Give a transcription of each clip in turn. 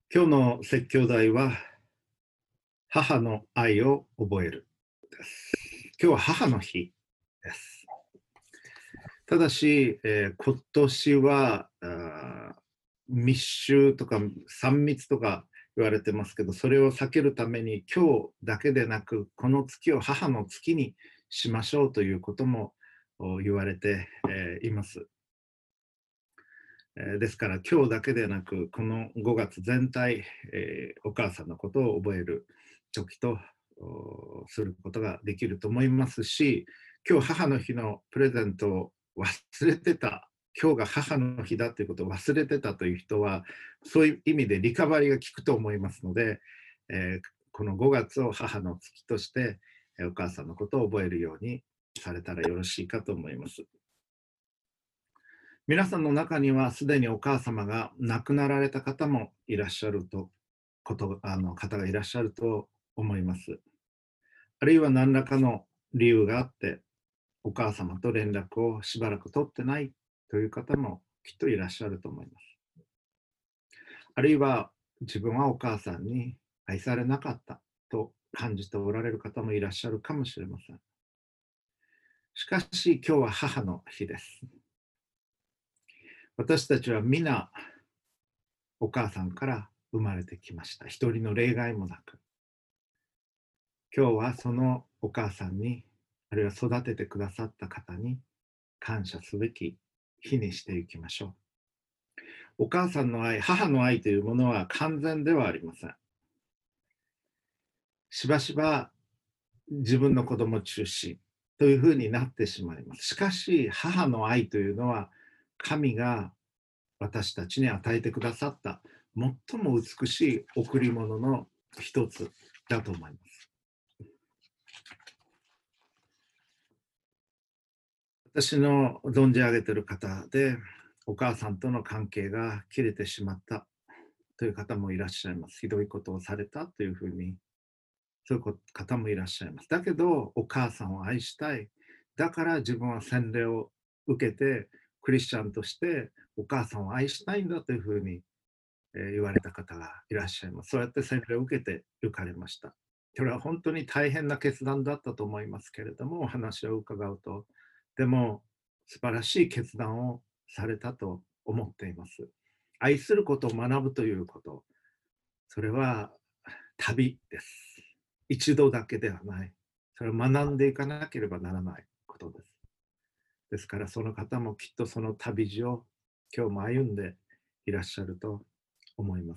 今日の説教題は母の愛を覚えるです。今日は母の日です。ただし、今年は密集とか3密とか言われてますけど、それを避けるために今日だけでなく、この月を母の月にしましょうということも言われて、います。ですから今日だけでなく、この5月全体、お母さんのことを覚える時とすることができると思いますし、今日母の日のプレゼントを忘れてた、今日が母の日だということを忘れてたという人は、そういう意味でリカバリーが効くと思いますので、この5月を母の月として、お母さんのことを覚えるようにされたらよろしいかと思います。皆さんの中にはすでにお母様が亡くなられた方もいらっしゃると方がいらっしゃると思います。あるいは何らかの理由があってお母様と連絡をしばらく取ってないという方もきっといらっしゃると思います。あるいは自分はお母さんに愛されなかったと感じておられる方もいらっしゃるかもしれません。しかし今日は母の日です。私たちは皆お母さんから生まれてきました。一人の例外もなく。今日はそのお母さんに、あるいは育ててくださった方に感謝すべき日にしていきましょう。お母さんの愛、母の愛というものは完全ではありません。しばしば自分の子供中心というふうになってしまいます。しかし、母の愛というのは神が私たちに与えてくださった最も美しい贈り物の一つだと思います。私の存じ上げている方で、お母さんとの関係が切れてしまったという方もいらっしゃいます。ひどいことをされたというふうに、そういう方もいらっしゃいます。だけど、お母さんを愛したい。だから自分は洗礼を受けて、クリスチャンとしてお母さんを愛したいんだというふうに言われた方がいらっしゃいます。そうやって洗礼を受けて行かれました。それは本当に大変な決断だったと思いますけれども、お話を伺うと、でも素晴らしい決断をされたと思っています。愛することを学ぶということ、それは旅です。一度だけではない。それを学んでいかなければならないことです。ですからその方もきっとその旅路を今日も歩んでいらっしゃると思います。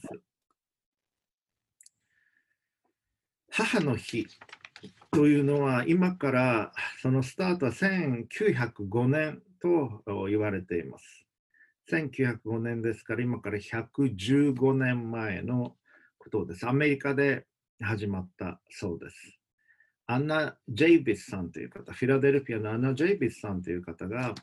母の日というのは今からそのスタートは1905年と言われています。1905年ですから今から115年前のことです。アメリカで始まったそうです。アンナ・ジェイビスさんという方、フィラデルフィアのアンナ・ジェイビスさんという方が、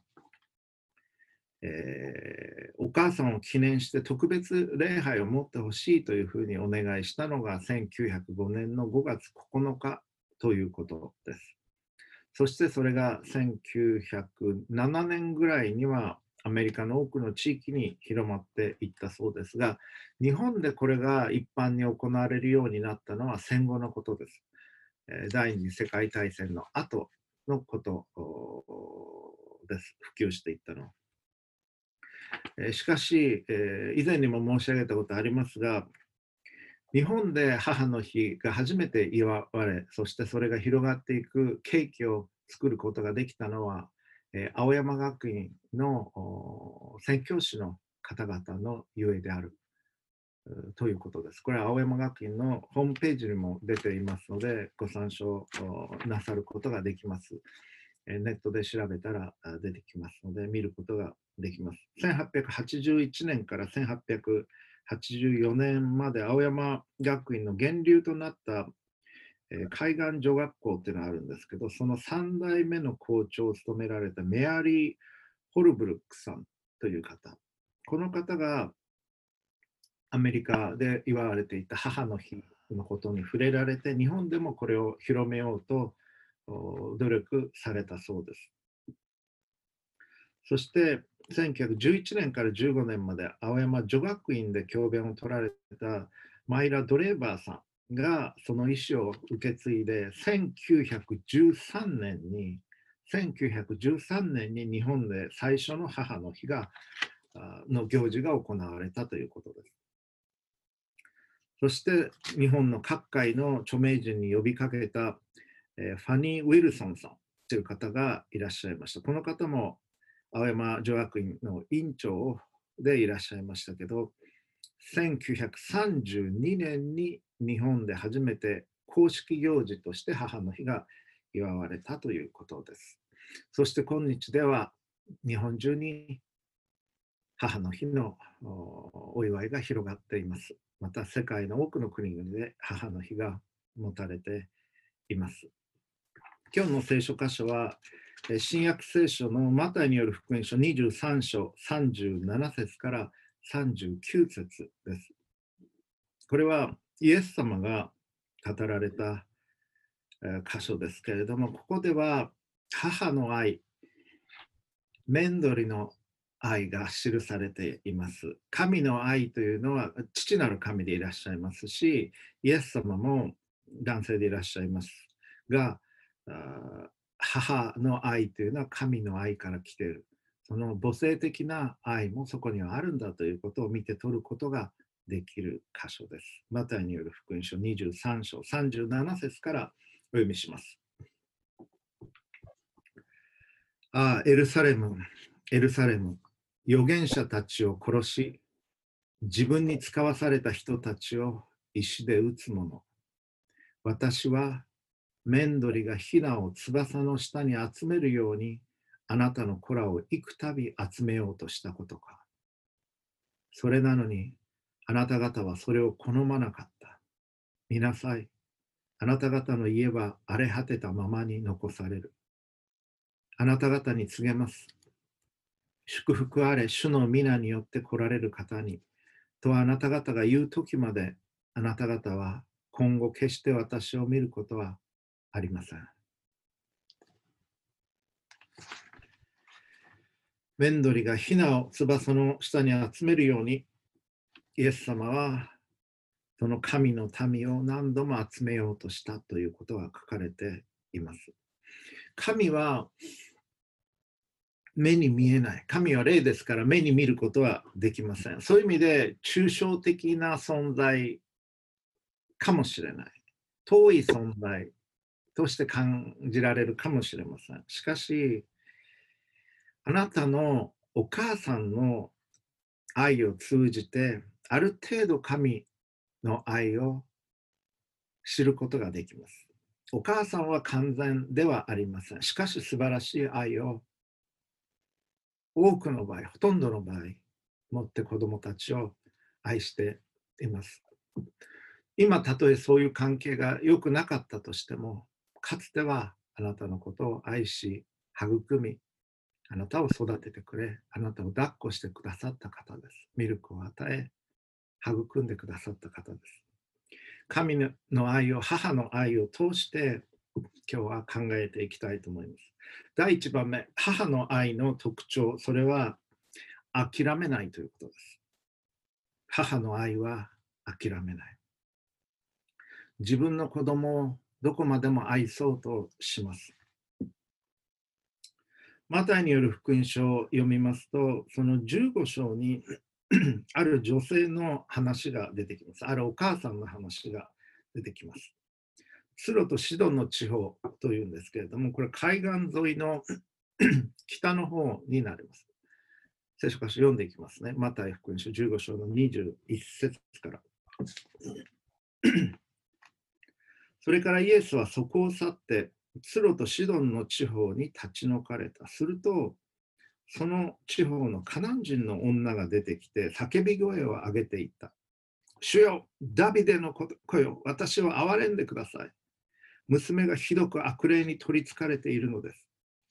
お母さんを記念して特別礼拝を持ってほしいというふうにお願いしたのが1905年の5月9日ということです。そしてそれが1907年ぐらいにはアメリカの多くの地域に広まっていったそうですが、日本でこれが一般に行われるようになったのは戦後のことです。第二次世界大戦の後のことです。普及していったのは。しかし、以前にも申し上げたことありますが、日本で母の日が初めて祝われ、そしてそれが広がっていく契機を作ることができたのは、青山学院の宣教師の方々のゆえであるということです。これは青山学院のホームページにも出ていますので、ご参照なさることができます。ネットで調べたら出てきますので、見ることができます。1881年から1884年まで青山学院の源流となった海岸女学校っていうのがあるんですけど、その3代目の校長を務められたメアリー・ホルブルックさんという方。この方がアメリカで祝われていた母の日のことに触れられて、日本でもこれを広めようと努力されたそうです。そして 1911年から15年まで青山女学院で教鞭を取られたマイラ・ドレーバーさんがその意思を受け継いで1913年に日本で最初の母の日の行事が行われたということです。そして日本の各界の著名人に呼びかけた、ファニー・ウィルソンさんという方がいらっしゃいました。この方も青山女学院の院長でいらっしゃいましたけど、1932年に日本で初めて公式行事として母の日が祝われたということです。そして今日では日本中に母の日のお祝いが広がっています。また世界の多くの国々で母の日が持たれています。今日の聖書箇所は新約聖書のマタイによる福音書23章37節から39節です。これはイエス様が語られた箇所ですけれども、ここでは母の愛、面取りの愛が記されています。神の愛というのは父なる神でいらっしゃいますし、イエス様も男性でいらっしゃいますが、母の愛というのは神の愛から来ている。その母性的な愛もそこにはあるんだということを見て取ることができる箇所です。マタイによる福音書23章37節からお読みします。ああ、エルサレム、エルサレム、預言者たちを殺し、自分に使わされた人たちを石で撃つ者。私は、面取りがヒナを翼の下に集めるように、あなたの子らを幾度集めようとしたことか。それなのに、あなた方はそれを好まなかった。見なさい。あなた方の家は荒れ果てたままに残される。あなた方に告げます。祝福あれ、主の皆によって来られる方に、とあなた方が言うときまで、あなた方は今後決して私を見ることはありません。面取りがヒナを翼の下に集めるように、イエス様はその神の民を何度も集めようとしたということが書かれています。神は目に見えない。神は霊ですから目に見ることはできません。そういう意味で抽象的な存在かもしれない。遠い存在として感じられるかもしれません。しかし、あなたのお母さんの愛を通じて、ある程度神の愛を知ることができます。お母さんは完全ではありません。しかし素晴らしい愛を多くの場合、ほとんどの場合、持って子供たちを愛しています。今、たとえそういう関係が良くなかったとしても、かつてはあなたのことを愛し、育み、あなたを育ててくれ、あなたを抱っこしてくださった方です。ミルクを与え、育んでくださった方です。神の愛を、母の愛を通して今日は考えていきたいと思います。第1番目、母の愛の特徴、それは諦めないということです。母の愛は諦めない。自分の子供をどこまでも愛そうとします。マタイによる福音書を読みますと、その15章にある女性の話が出てきます。あるお母さんの話が出てきます。ツロとシドンの地方というんですけれども、これ海岸沿いの北の方になります。聖書箇所読んでいきますね。マタイ福音書15章の21節から。それからイエスはそこを去って、ツロとシドンの地方に立ち退かれた。すると、その地方のカナン人の女が出てきて、叫び声を上げていった。主よ、ダビデの子よ、私を憐れんでください。娘がひどく悪霊に取りつかれているのです。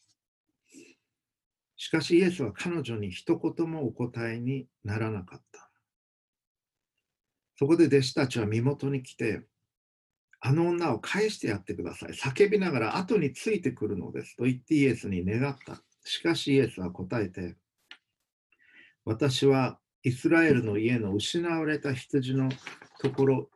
しかしイエスは彼女に一言もお答えにならなかった。そこで弟子たちは身元に来て、あの女を返してやってください。叫びながら後についてくるのですと言ってイエスに願った。しかしイエスは答えて、 私はイスラエルの家の失われた羊のところ、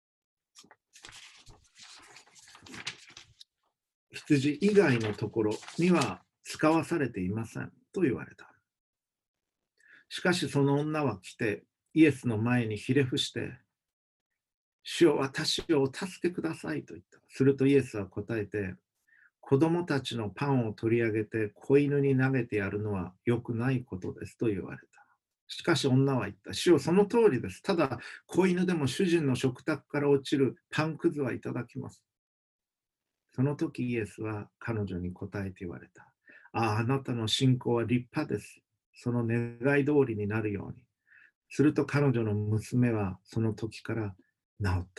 羊以外のところには使わされていませんと言われた。しかしその女は来て、イエスの前にひれ伏して、主よ、私をお助けくださいと言った。するとイエスは答えて、子供たちのパンを取り上げて子犬に投げてやるのは良くないことですと言われた。しかし女は言った。主よ、その通りです。ただ、子犬でも主人の食卓から落ちるパンくずはいただきます。その時イエスは彼女に答えて言われた。ああ、あなたの信仰は立派です。その願い通りになるように。すると彼女の娘はその時から治った。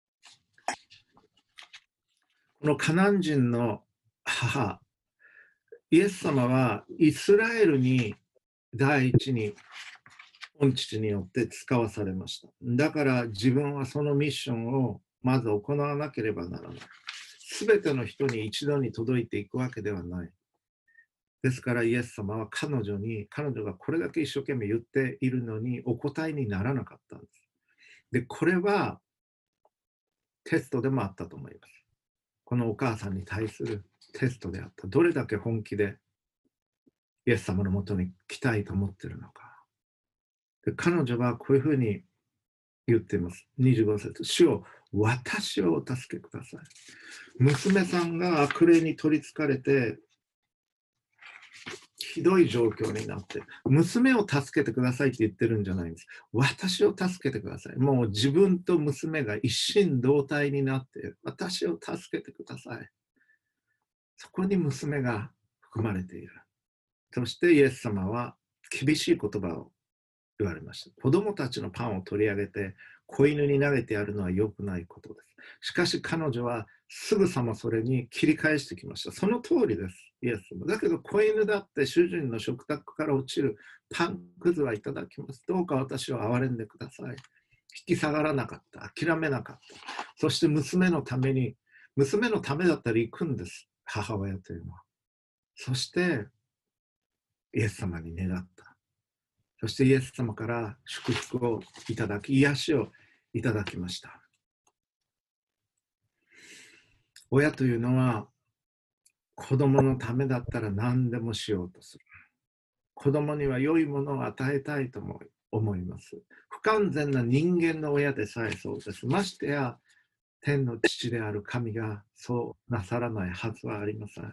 このカナン人の母、イエス様はイスラエルに第一に御父によって使わされました。だから自分はそのミッションをまず行わなければならない。すべての人に一度に届いていくわけではない。ですからイエス様は彼女がこれだけ一生懸命言っているのにお答えにならなかったんです。で、これはテストでもあったと思います。このお母さんに対するテストであった。どれだけ本気でイエス様のもとに来たいと思っているのか。で、彼女はこういうふうに言っています。25節。主よ、私をお助けください。娘さんが悪霊に取りつかれて、ひどい状況になって、娘を助けてくださいって言ってるんじゃないんです。私を助けてください。もう自分と娘が一心同体になって、私を助けてください。そこに娘が含まれている。そしてイエス様は厳しい言葉を言われました。子供たちのパンを取り上げて子犬に投げてやるのは良くないことです。しかし彼女はすぐさまそれに切り返してきました。その通りです。イエスも。だけど子犬だって主人の食卓から落ちるパンくずはいただきます。どうか私を憐れんでください。引き下がらなかった。諦めなかった。そして娘のためだったら行くんです。母親というのは。そしてイエス様に願った。そしてイエス様から祝福をいただき、癒しをいただきました。親というのは子供のためだったら何でもしようとする。子供には良いものを与えたいと思います。不完全な人間の親でさえそうです。ましてや天の父である神がそうなさらないはずはありません。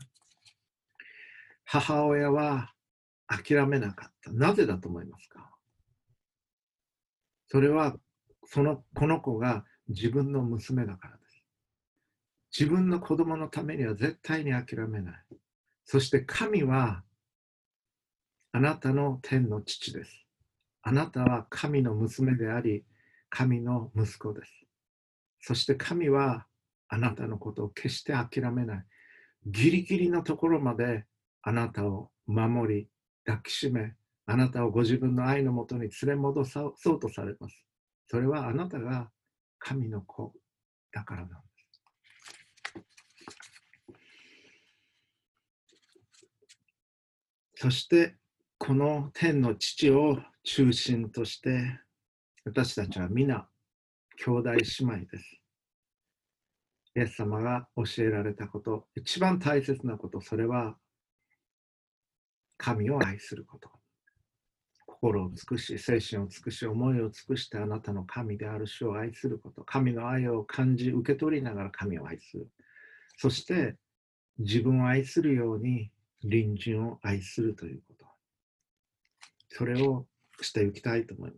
母親は諦めなかった。なぜだと思いますか？それはこの子が自分の娘だからです。自分の子供のためには絶対に諦めない。そして神はあなたの天の父です。あなたは神の娘であり、神の息子です。そして神はあなたのことを決して諦めない。ギリギリのところまであなたを守り、抱きしめ、あなたをご自分の愛のもとに連れ戻そうとされます。それはあなたが神の子だからなんです。そしてこの天の父を中心として私たちは皆兄弟姉妹です。イエス様が教えられたこと、一番大切なこと、それは神を愛すること。心を尽くし、精神を尽くし、思いを尽くしてあなたの神である主を愛すること。神の愛を感じ、受け取りながら神を愛する。そして自分を愛するように隣人を愛するということ。それをしていきたいと思います。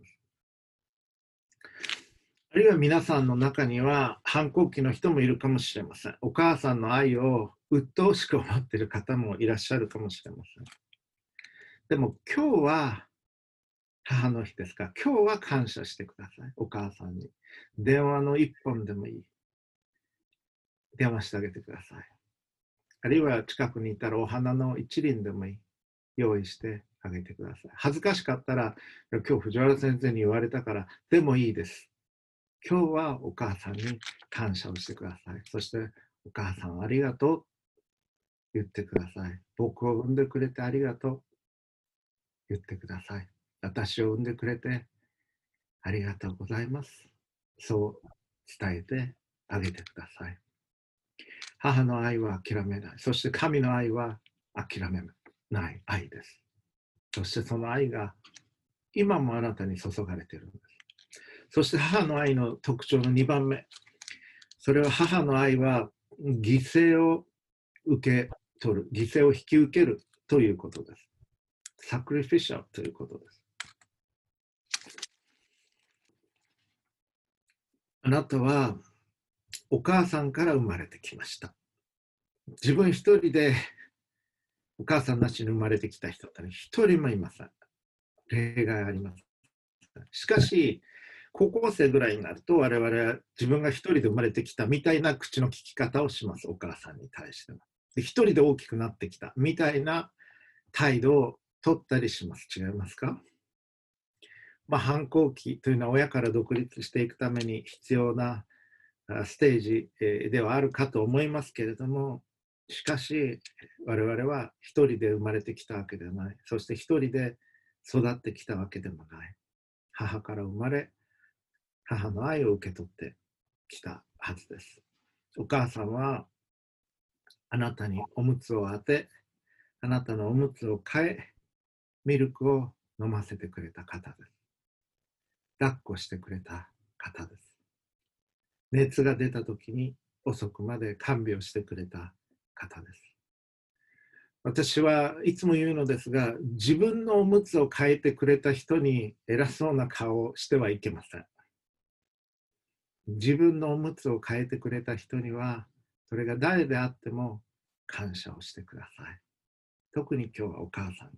あるいは皆さんの中には反抗期の人もいるかもしれません。お母さんの愛を鬱陶しく思っている方もいらっしゃるかもしれません。でも今日は母の日ですから、今日は感謝してください。お母さんに。電話の一本でもいい。電話してあげてください。あるいは近くにいたらお花の一輪でもいい。用意してあげてください。恥ずかしかったら、今日藤原先生に言われたから、でもいいです。今日はお母さんに感謝をしてください。そして、お母さんありがとう言ってください。僕を産んでくれてありがとう言ってください。 私を産んでくれてありがとうございます。そう伝えてあげてください。母の愛は諦めない。そして神の愛は諦めない愛です。そしてその愛が今もあなたに注がれているんです。そして母の愛の特徴の2番目。それは母の愛は犠牲を受け取る、犠牲を引き受けるということです。サクリフィシャルということです。あなたはお母さんから生まれてきました。自分一人でお母さんなしに生まれてきた人って一人もいません。例外あります。しかし、高校生ぐらいになると我々は自分が一人で生まれてきたみたいな口の聞き方をします、お母さんに対しては。で、一人で大きくなってきたみたいな態度を取ったりします。違いますか？反抗期というのは親から独立していくために必要なステージではあるかと思いますけれども、しかし我々は一人で生まれてきたわけではない。そして一人で育ってきたわけでもない。母から生まれ、母の愛を受け取ってきたはずです。お母さんはあなたにおむつを当て、あなたのおむつを替え、ミルクを飲ませてくれた方です。抱っこしてくれた方です。熱が出た時に遅くまで看病してくれた方です。私はいつも言うのですが、自分のおむつを変えてくれた人に偉そうな顔をしてはいけません。自分のおむつを変えてくれた人には、それが誰であっても感謝をしてください。特に今日はお母さんに。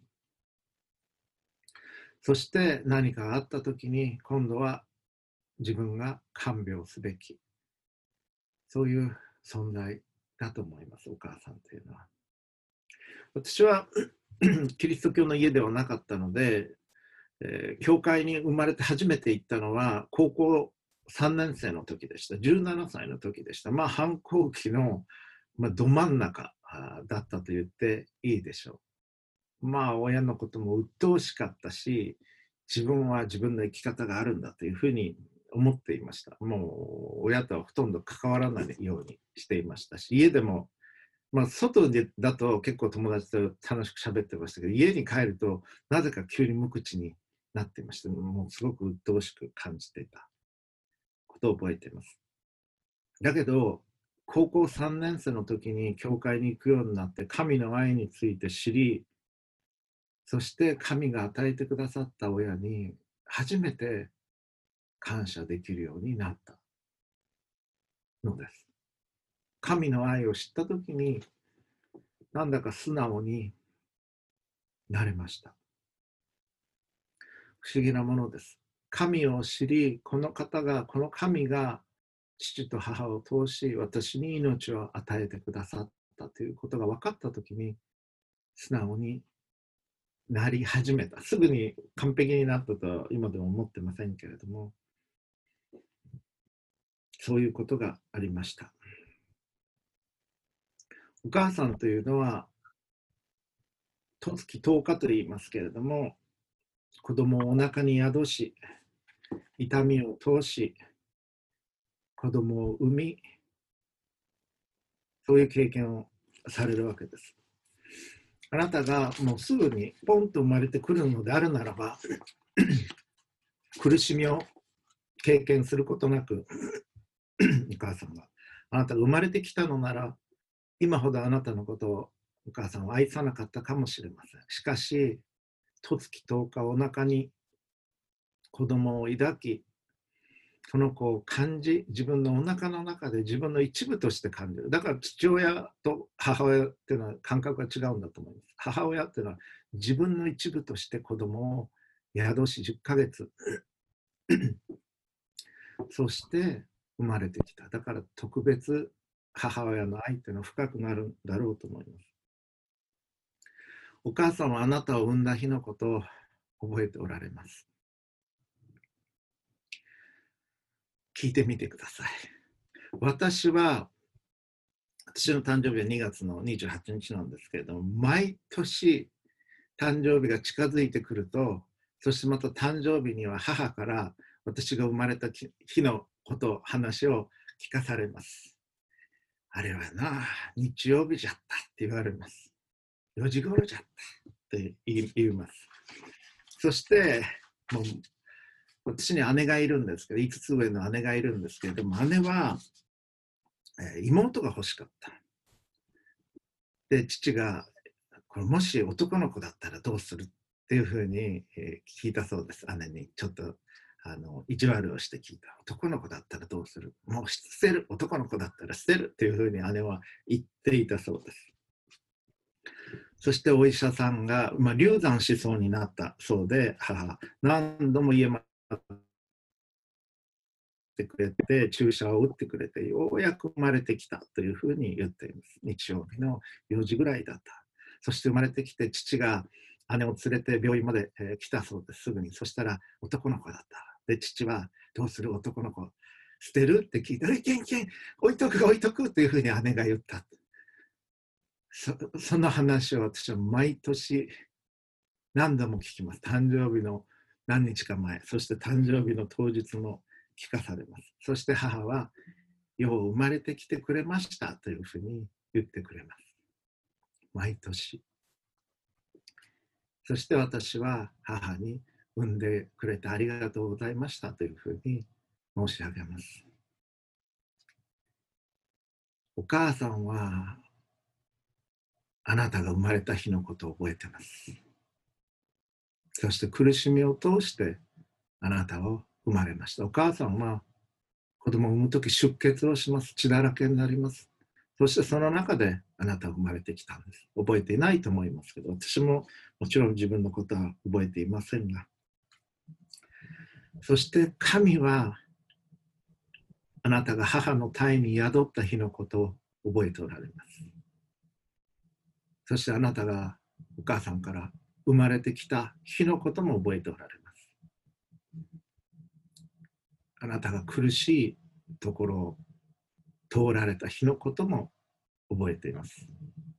そして何かがあった時に、今度は自分が看病すべき。そういう存在だと思います、お母さんというのは。私はキリスト教の家ではなかったので、教会に生まれて初めて行ったのは高校3年生の時でした。17歳の時でした。反抗期の、ど真ん中だったと言っていいでしょう。親のことも鬱陶しかったし、自分は自分の生き方があるんだというふうに思っていました。もう親とはほとんど関わらないようにしていましたし、家でも外でだと結構友達と楽しく喋ってましたけど、家に帰るとなぜか急に無口になっていまして、もうすごく鬱陶しく感じていたことを覚えています。だけど、高校3年生の時に教会に行くようになって、神の愛について知り、そして神が与えてくださった親に初めて感謝できるようになったのです。神の愛を知った時に、なんだか素直になれました。不思議なものです。神を知り、この神が父と母を通し、私に命を与えてくださったということが分かったときに、素直になり始めた。すぐに完璧になったとは今でも思ってませんけれども、そういうことがありました。お母さんというのは、十月10日と言いますけれども、子供をお腹に宿し、痛みを通し、子供を産み、そういう経験をされるわけです。あなたがもうすぐにポンと生まれてくるのであるならば、苦しみを経験することなく、お母さんが、あなたが生まれてきたのなら、今ほどあなたのことをお母さんは愛さなかったかもしれません。しかし、十月10日お腹に子供を抱き、その子を感じ、自分のお腹の中で自分の一部として感じる。だから父親と母親っていうのは感覚が違うんだと思います。母親っていうのは自分の一部として子供を宿し10ヶ月、そして生まれてきた。だから特別母親の愛っていうのは深くなるんだろうと思います。お母さんはあなたを産んだ日のことを覚えておられます。聞いてみてください。私の誕生日は2月の28日なんですけれども、毎年誕生日が近づいてくると、 そしてまた誕生日には母から私が生まれた日の話を聞かされます。あれはな、日曜日じゃったって言われます。4時頃じゃったって言います。そして、もう私に姉がいるんですけど、5つ上の姉がいるんですけれども、姉は、妹が欲しかった。で、父が、これもし男の子だったらどうするっていうふうに、聞いたそうです。姉にちょっと意地悪をして聞いた。男の子だったらどうする？もう捨てる。男の子だったら捨てるっていうふうに姉は言っていたそうです。そしてお医者さんが、流産しそうになったそうで、母、何度も家までくれて、注射を打ってくれて、ようやく生まれてきたというふうに言っています。日曜日の4時ぐらいだった。そして生まれてきて、父が姉を連れて病院まで、来たそうです、すぐに。そしたら男の子だった。で、父は、どうする？男の子捨てるって聞いたら、いけんけん、置いとく、置いとくというふうに姉が言った。その話を私は毎年何度も聞きます。誕生日の何日か前、そして誕生日の当日も聞かされます。そして母は、よう生まれてきてくれましたというふうに言ってくれます。毎年。そして私は母に、産んでくれてありがとうございましたというふうに申し上げます。お母さんは、あなたが生まれた日のことを覚えてます。そして苦しみを通してあなたを生まれました。お母さんは子供を産むとき出血をします。血だらけになります。そしてその中であなたは生まれてきたんです。覚えていないと思いますけど、私ももちろん自分のことは覚えていませんが。そして神はあなたが母の胎に宿った日のことを覚えておられます。そしてあなたがお母さんから生まれてきた日のことも覚えておられます。あなたが苦しいところを通られた日のことも覚えています。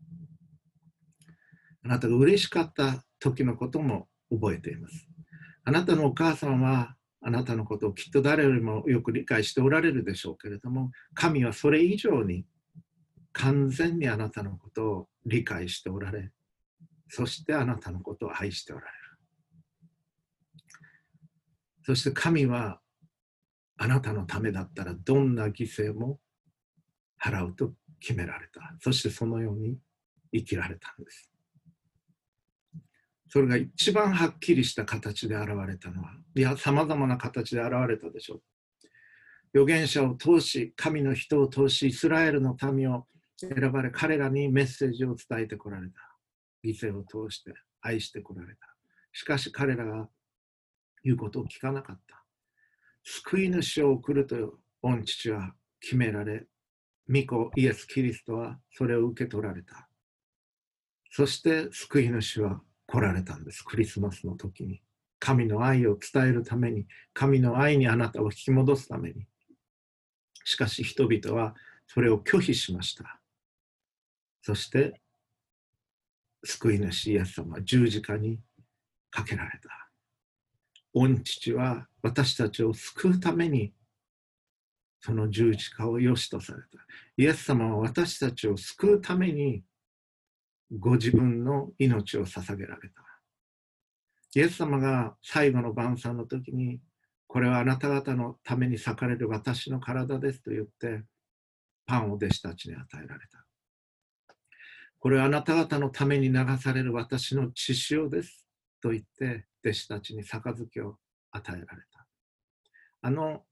あなたが嬉しかった時のことも覚えています。あなたのお母さんはあなたのことをきっと誰よりもよく理解しておられるでしょうけれども、神はそれ以上に完全にあなたのことを理解しておられ、そしてあなたのことを愛しておられる。そして神はあなたのためだったらどんな犠牲も払うと決められた。そしてそのように生きられたんです。それが一番はっきりした形で現れたのは、いや、さまざまな形で現れたでしょう。預言者を通し、神の人を通し、イスラエルの民を選ばれ、彼らにメッセージを伝えてこられた。犠牲を通して愛してこられた。しかし彼らが言うことを聞かなかった。救い主を送ると御父は決められ、御子イエス・キリストはそれを受け取られた。そして救い主は来られたんです。クリスマスの時に。神の愛を伝えるために、神の愛にあなたを引き戻すために。しかし人々はそれを拒否しました。そして救い主イエス様は十字架にかけられた。御父は私たちを救うためにその十字架を良しとされた。イエス様は私たちを救うためにご自分の命を捧げられた。イエス様が最後の晩餐の時に、これはあなた方のために裂かれる私の体ですと言って、パンを弟子たちに与えられた。これはあなた方のために流される私の血潮ですと言って、弟子たちに杯を与えられた。あの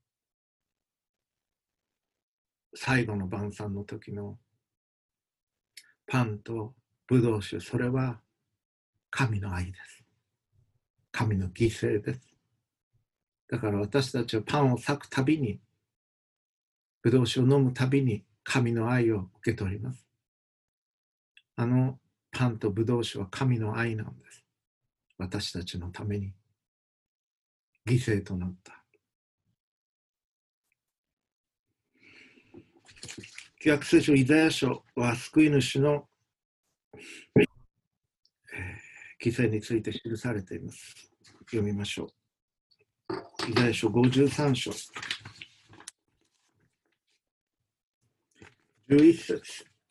最後の晩餐の時のパンとブドウ酒、それは神の愛です。神の犠牲です。だから私たちはパンを裂くたびに、ブドウ酒を飲むたびに神の愛を受け取ります。あのパンとブドウ酒は神の愛なんです。私たちのために犠牲となった。旧約聖書イザヤ書は救い主の犠牲について記されています。 読みましょう。イザヤ書53章。11節。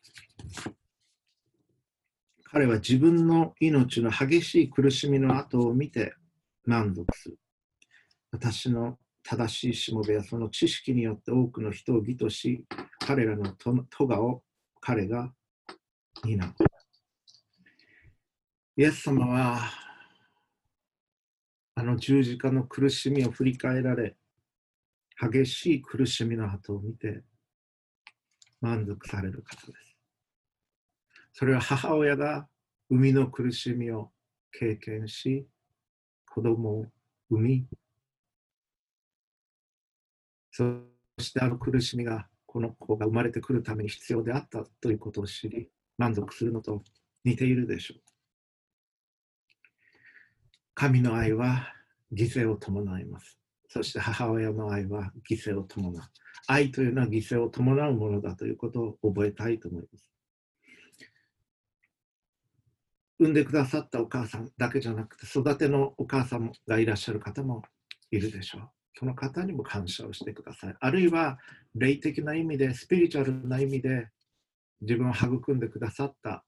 彼は自分の命の激しい苦しみの後を見て満足する。私の正しいしもべはその知識によって多くの人を義とし、彼らの咎を彼が担う。イエス様はあの十字架の苦しみを振り返られ、激しい苦しみの後を見て満足される方です。それは母親が生みの苦しみを経験し、子供を産み、そしてあの苦しみがこの子が生まれてくるために必要であったということを知り、満足するのと似ているでしょう。神の愛は犠牲を伴います。そして母親の愛は犠牲を伴う。愛というのは犠牲を伴うものだということを覚えたいと思います。産んでくださったお母さんだけじゃなくて、育てのお母さんがいらっしゃる方もいるでしょう。その方にも感謝をしてください。あるいは霊的な意味で、スピリチュアルな意味で自分を育んでくださった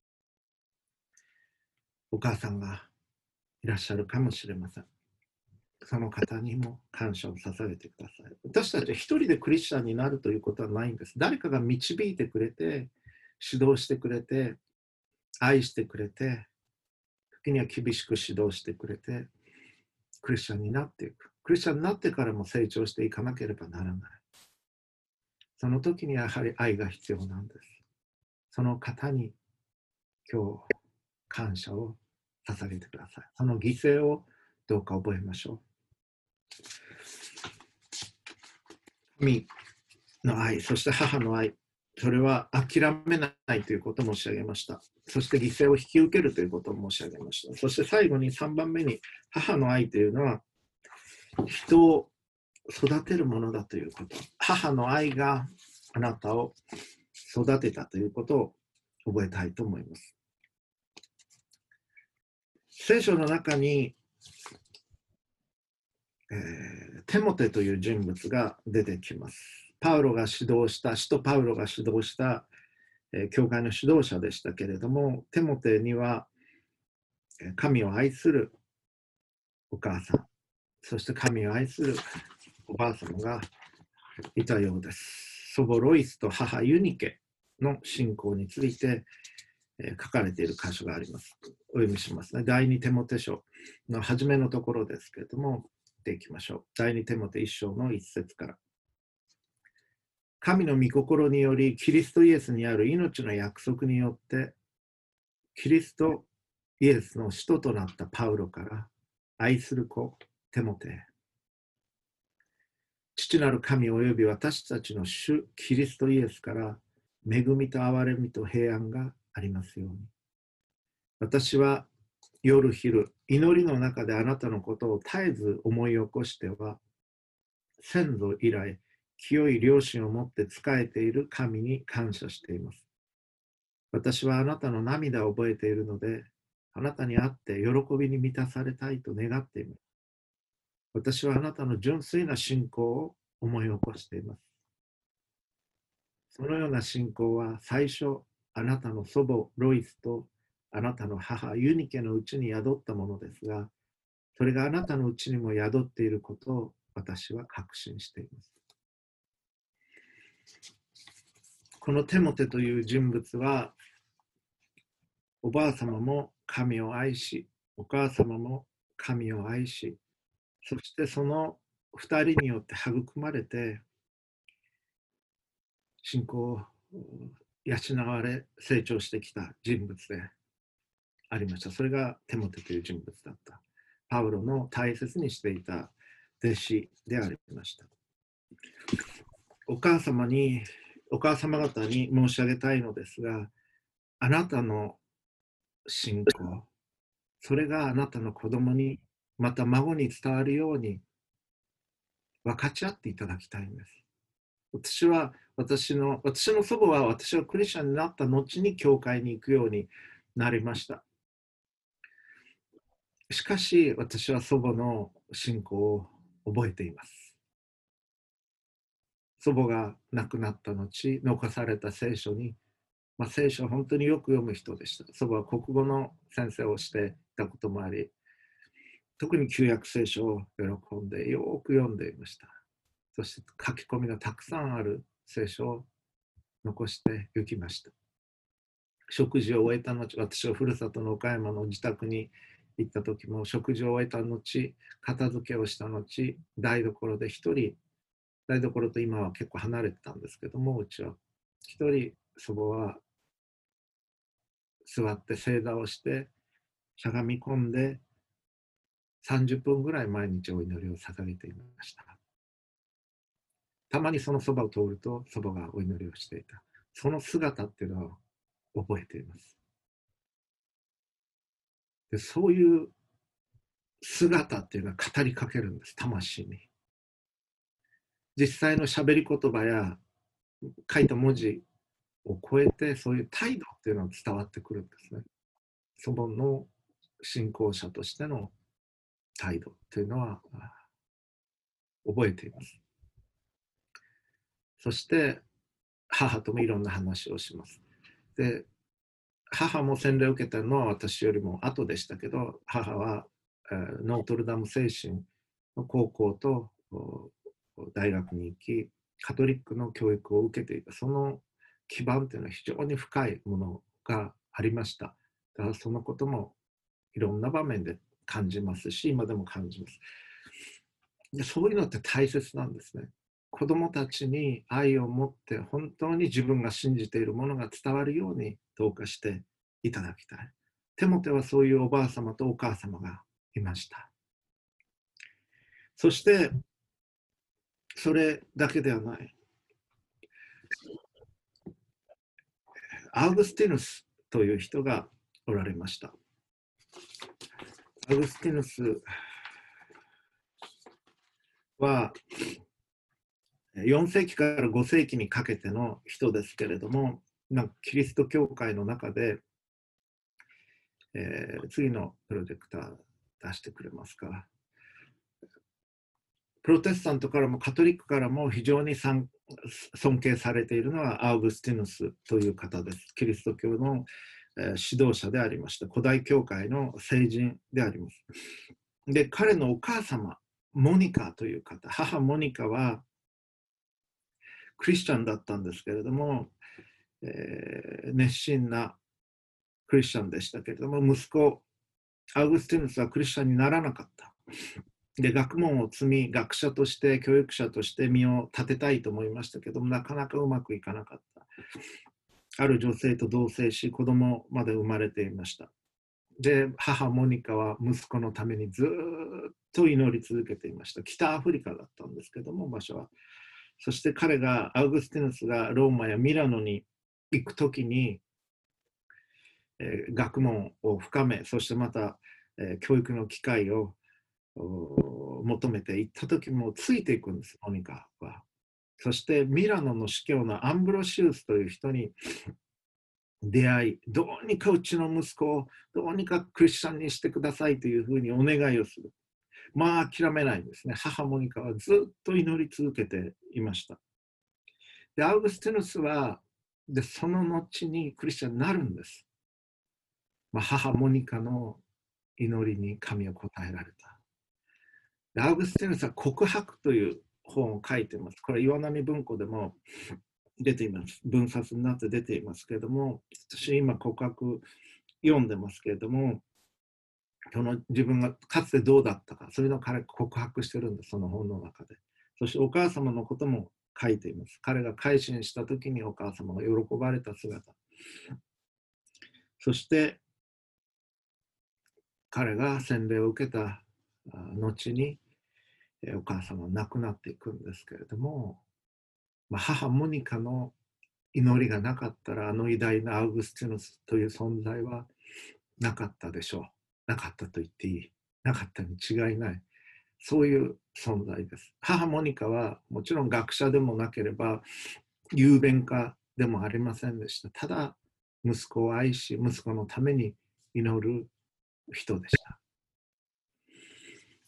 お母さんがいらっしゃるかもしれません。その方にも感謝を捧げてください。私たちは一人でクリスチャンになるということはないんです。誰かが導いてくれて、指導してくれて、愛してくれて、時には厳しく指導してくれて、クリスチャンになっていく。クリスチャンになってからも成長していかなければならない。その時にやはり愛が必要なんです。その方に今日感謝を捧げてください。その犠牲をどうか覚えましょう。神の愛、そして母の愛、それは諦めないということを申し上げました。そして犠牲を引き受けるということを申し上げました。そして最後に3番目に、母の愛というのは人を育てるものだということ。母の愛があなたを育てたということを覚えたいと思います。聖書の中に、テモテという人物が出てきます。パウロが指導した、使徒パウロが指導した、教会の指導者でしたけれども、テモテには神を愛するお母さん、そして神を愛するおばあ様がいたようです。祖母ロイスと母ユニケの信仰について書かれている箇所があります。お読みしますね。第二テモテ書の初めのところですけれども、見ていきましょう。第二テモテ1章の1節から。神の御心により、キリストイエスにある命の約束によって、キリストイエスの使徒となったパウロから愛する子、テモテへ。父なる神および私たちの主キリストイエスから恵みと憐れみと平安がありますように。私は夜昼祈りの中であなたのことを絶えず思い起こしては、先祖以来清い良心を持って仕えている神に感謝しています。私はあなたの涙を覚えているので、あなたに会って喜びに満たされたいと願っています。私はあなたの純粋な信仰を思い起こしています。そのような信仰は最初、あなたの祖母ロイスとあなたの母ユニケのうちに宿ったものですが、それがあなたのうちにも宿っていることを私は確信しています。このテモテという人物は、おばあ様も神を愛し、お母様も神を愛し、そしてその二人によって育まれて、信仰を養われ成長してきた人物でありました。それがテモテという人物だった。パウロの大切にしていた弟子でありました。お母様方に申し上げたいのですが、あなたの信仰、それがあなたの子供に、また孫に伝わるように分かち合っていただきたいんです。私の祖母は私がクリスチャンになった後に教会に行くようになりました。 しかし、私は祖母の信仰を覚えています。祖母が亡くなった後、残された聖書に、聖書を本当によく読む人でした。祖母は国語の先生をしていたこともあり、特に旧約聖書を喜んでよく読んでいました。そして書き込みがたくさんある聖書を残して行きました。食事を終えた後、私はふるさとの岡山の自宅に行った時も、食事を終えた後、片付けをした後、台所で一人、台所と今は結構離れてたんですけども、うちは一人祖母は座って正座をしてしゃがみ込んで30分ぐらい毎日お祈りを捧げていました。たまにそのそばを通ると祖母がお祈りをしていた。その姿っていうのを覚えています。で、そういう姿っていうのは語りかけるんです、魂に。実際の喋り言葉や書いた文字を超えて、そういう態度っていうのは伝わってくるんですね。祖母の信仰者としての態度というのは覚えています。そして母ともいろんな話をします。で、母も洗礼を受けたのは私よりも後でしたけど、母はノートルダム精神の高校と大学に行き、カトリックの教育を受けていた。その基盤というのは非常に深いものがありました。だからそのこともいろんな場面で感じますし、今でも感じます。で、そういうのって大切なんですね。子供たちに愛を持って本当に自分が信じているものが伝わるようにどうかしていただきたい。テモテはそういうおばあ様とお母様がいました。そしてそれだけではない。アウグスティヌスという人がおられました。アウグスティヌスは4世紀から5世紀にかけての人ですけれども、キリスト教会の中で、次のプロジェクター出してくれますか。プロテスタントからもカトリックからも非常に尊敬されているのはアウグスティヌスという方です。キリスト教の指導者でありました。古代教会の聖人であります。で、彼のお母様、モニカという方、母モニカはクリスチャンだったんですけれども、熱心なクリスチャンでしたけれども、息子、アウグスティヌスはクリスチャンにならなかった。で、学問を積み、学者として、教育者として身を立てたいと思いましたけども、なかなかうまくいかなかった。ある女性と同棲し、子供まで生まれていました。で、母モニカは息子のためにずっと祈り続けていました。北アフリカだったんですけども、場所は。そして彼が、アウグスティヌスがローマやミラノに行くときに、学問を深め、そしてまた、教育の機会を求めて行った時もついていくんです、モニカは。そしてミラノの司教のアンブロシウスという人に出会い、どうにかうちの息子をどうにかクリスチャンにしてくださいというふうにお願いをする。諦めないんですね。母モニカはずっと祈り続けていました。で、アウグスティヌスはその後にクリスチャンになるんです。母モニカの祈りに神は答えられた。アウグスティヌスは告白という本を書いています。これ岩波文庫でも出ています。分冊になって出ていますけれども、私今告白読んでますけれども、その自分がかつてどうだったか、そういうのを彼が告白してるんです、その本の中で。そしてお母様のことも書いています。彼が改心した時にお母様が喜ばれた姿。そして彼が洗礼を受けた後にお母様は亡くなっていくんですけれども、母モニカの祈りがなかったらあの偉大なアウグスティヌスという存在はなかったでしょう。なかったと言っていい。なかったに違いない。そういう存在です。母モニカはもちろん学者でもなければ雄弁家でもありませんでした。ただ息子を愛し息子のために祈る人でした。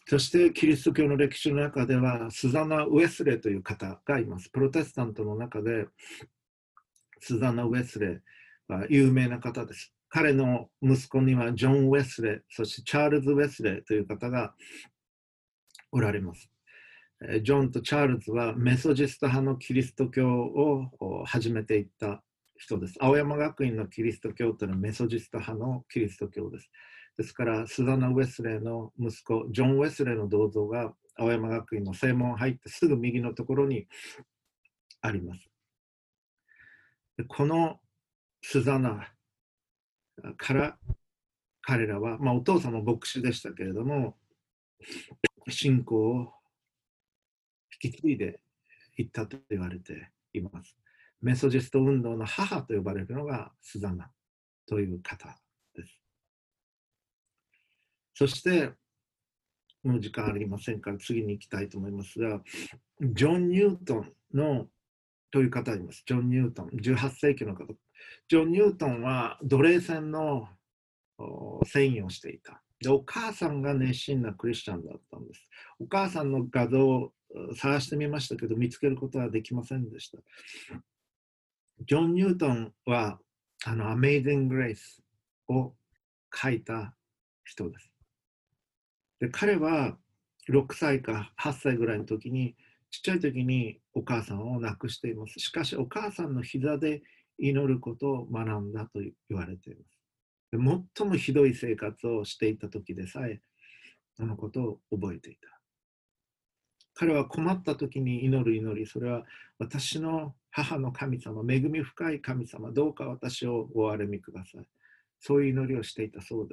そしてキリスト教の歴史の中ではスザナ・ウェスレーという方がいます。プロテスタントの中でスザナ・ウェスレーは有名な方です。彼の息子にはジョン・ウェスレー、そしてチャールズ・ウェスレーという方がおられます。ジョンとチャールズはメソジスト派のキリスト教を始めていった人です。青山学院のキリスト教というのはメソジスト派のキリスト教です。ですから、スザナ・ウェスレーの息子、ジョン・ウェスレーの銅像が青山学院の正門入ってすぐ右のところにあります。このスザナから彼らは、お父さんも牧師でしたけれども、信仰を引き継いでいったと言われています。メソジスト運動の母と呼ばれるのがスザナという方です。そして、もう時間ありませんから次に行きたいと思いますが、ジョン・ニュートンのという方がいます。ジョン・ニュートン、18世紀の方。ジョン・ニュートンは奴隷船の船員をしていた。で、お母さんが熱心なクリスチャンだったんです。お母さんの画像を探してみましたけど、見つけることはできませんでした。ジョン・ニュートンは、Amazing Grace を書いた人です。で、彼は6歳か8歳ぐらいの時に、ちっちゃい時にお母さんを亡くしています。しかし、お母さんの膝で祈ることを学んだと言われています。最もひどい生活をしていた時でさえ、そのことを覚えていた。彼は困った時に祈る祈り、それは私の母の神様、恵み深い神様、どうか私をお憐れみください。そういう祈りをしていたそうです。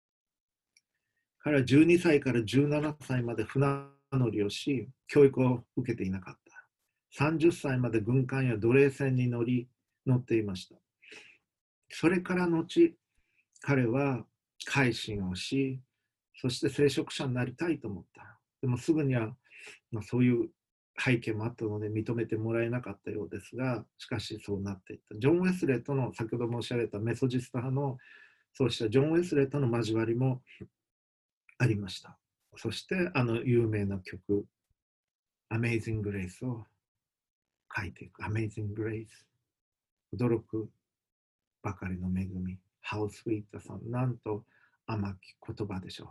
彼は12歳から17歳まで船乗りをし、教育を受けていなかった。30歳まで軍艦や奴隷船に乗っていました。それから後、彼は改心をし、そして聖職者になりたいと思った。でもすぐには、そういう背景もあったので認めてもらえなかったようですが、しかしそうなっていった。ジョン・ウェスレーとの先ほど申し上げたメソジスト派のそうしたジョン・ウェスレーとの交わりもありました。そして有名な曲、Amazing Grace を書いていく。Amazing Grace。驚くばかりの恵み。How sweet the sound。なんと甘き言葉でしょう。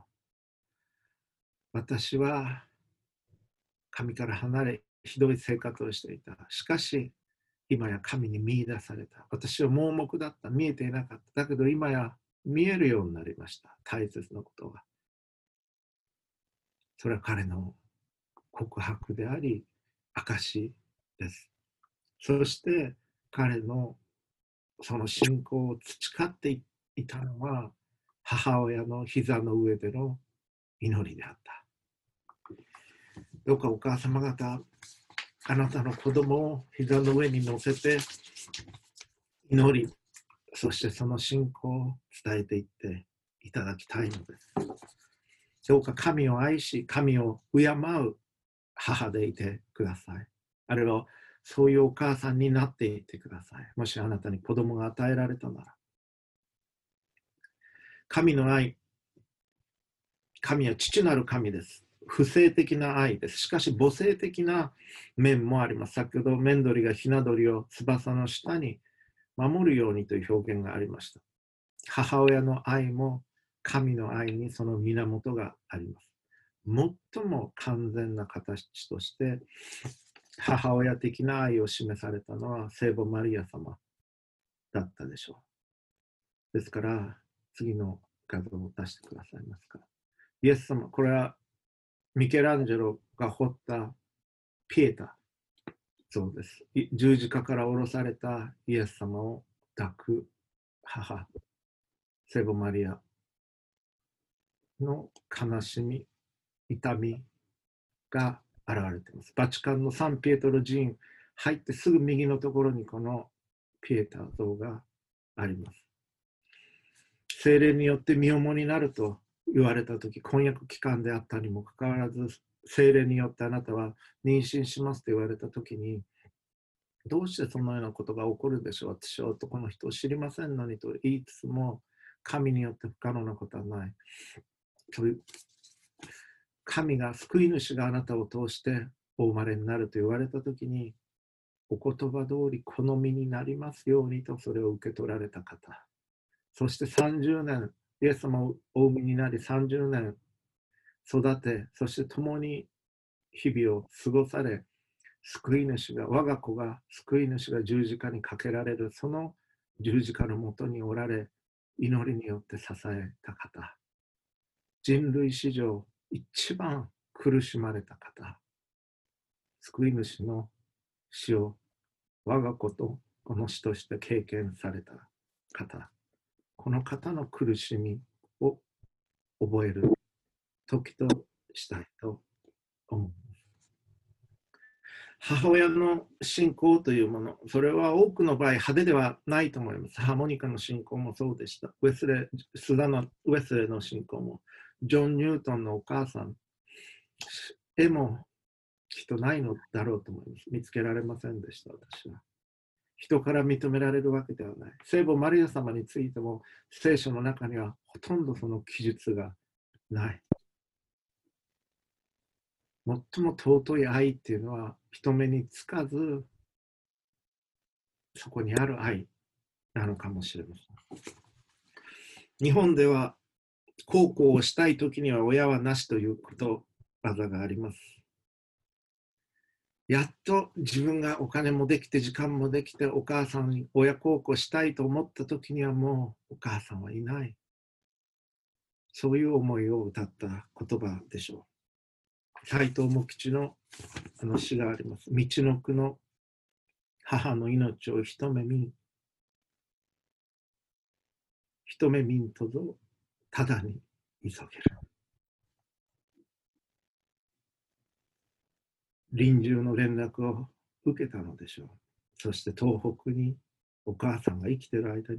私は神から離れ、ひどい生活をしていた。しかし、今や神に見出された。私は盲目だった。見えていなかった。だけど今や見えるようになりました。大切なことが。それは彼の告白であり、証です。そして彼のその信仰を培っていたのは、母親の膝の上での祈りであった。どうかお母様方、あなたの子供を膝の上に乗せて祈り、そしてその信仰を伝えていっていただきたいのです。どうか神を愛し、神を敬う母でいてください。あるいはそういうお母さんになっていってください。もしあなたに子供が与えられたなら。神の愛、神は父なる神です。不正的な愛です。しかし母性的な面もあります。先ほどメンドリがひな鳥を翼の下に守るようにという表現がありました。母親の愛も神の愛にその源があります。最も完全な形として母親的な愛を示されたのは聖母マリア様だったでしょう。ですから次の画像を出してくださいますか。イエス様、これはミケランジェロが彫ったピエタ像です。十字架から下ろされたイエス様を抱く母、聖母マリアの悲しみ、痛みが現れています。バチカンのサンピエトロ寺院入ってすぐ右のところにこのピエタ像があります。聖霊によって身重になると言われたとき、婚約期間であったにもかかわらず、聖霊によってあなたは妊娠しますと言われたときに、どうしてそのようなことが起こるでしょう。私は男の人を知りませんのにと言いつつも、神によって不可能なことはない。 神が、救い主があなたを通してお生まれになると言われたときに、お言葉通りこの身になりますようにとそれを受け取られた方。そして30年、イエス様をお産みになり30年育て、そして共に日々を過ごされ、救い主が、我が子が、救い主が十字架にかけられる、その十字架のもとにおられ、祈りによって支えた方。人類史上一番苦しまれた方。救い主の死を我が子とこの死として経験された方。この方の苦しみを覚える時としたいと思う。母親の信仰というもの、それは多くの場合派手ではないと思います。ハーモニカの信仰もそうでした。スダナ・ウェスレーの信仰も、ジョン・ニュートンのお母さん、絵もきっとないのだろうと思います。見つけられませんでした、私は。人から認められるわけではない。聖母マリア様についても、聖書の中にはほとんどその記述がない。最も尊い愛っていうのは人目につかず、そこにある愛なのかもしれません。日本では孝行をしたいときには親はなしということわざがあります。やっと自分がお金もできて時間もできてお母さんに親孝行したいと思ったときにはもうお母さんはいない。そういう思いを歌った言葉でしょう。斎藤茂吉の詩があります。道のくの母の命を一目見んとぞただに急げる。臨終の連絡を受けたのでしょう。そして東北にお母さんが生きている間に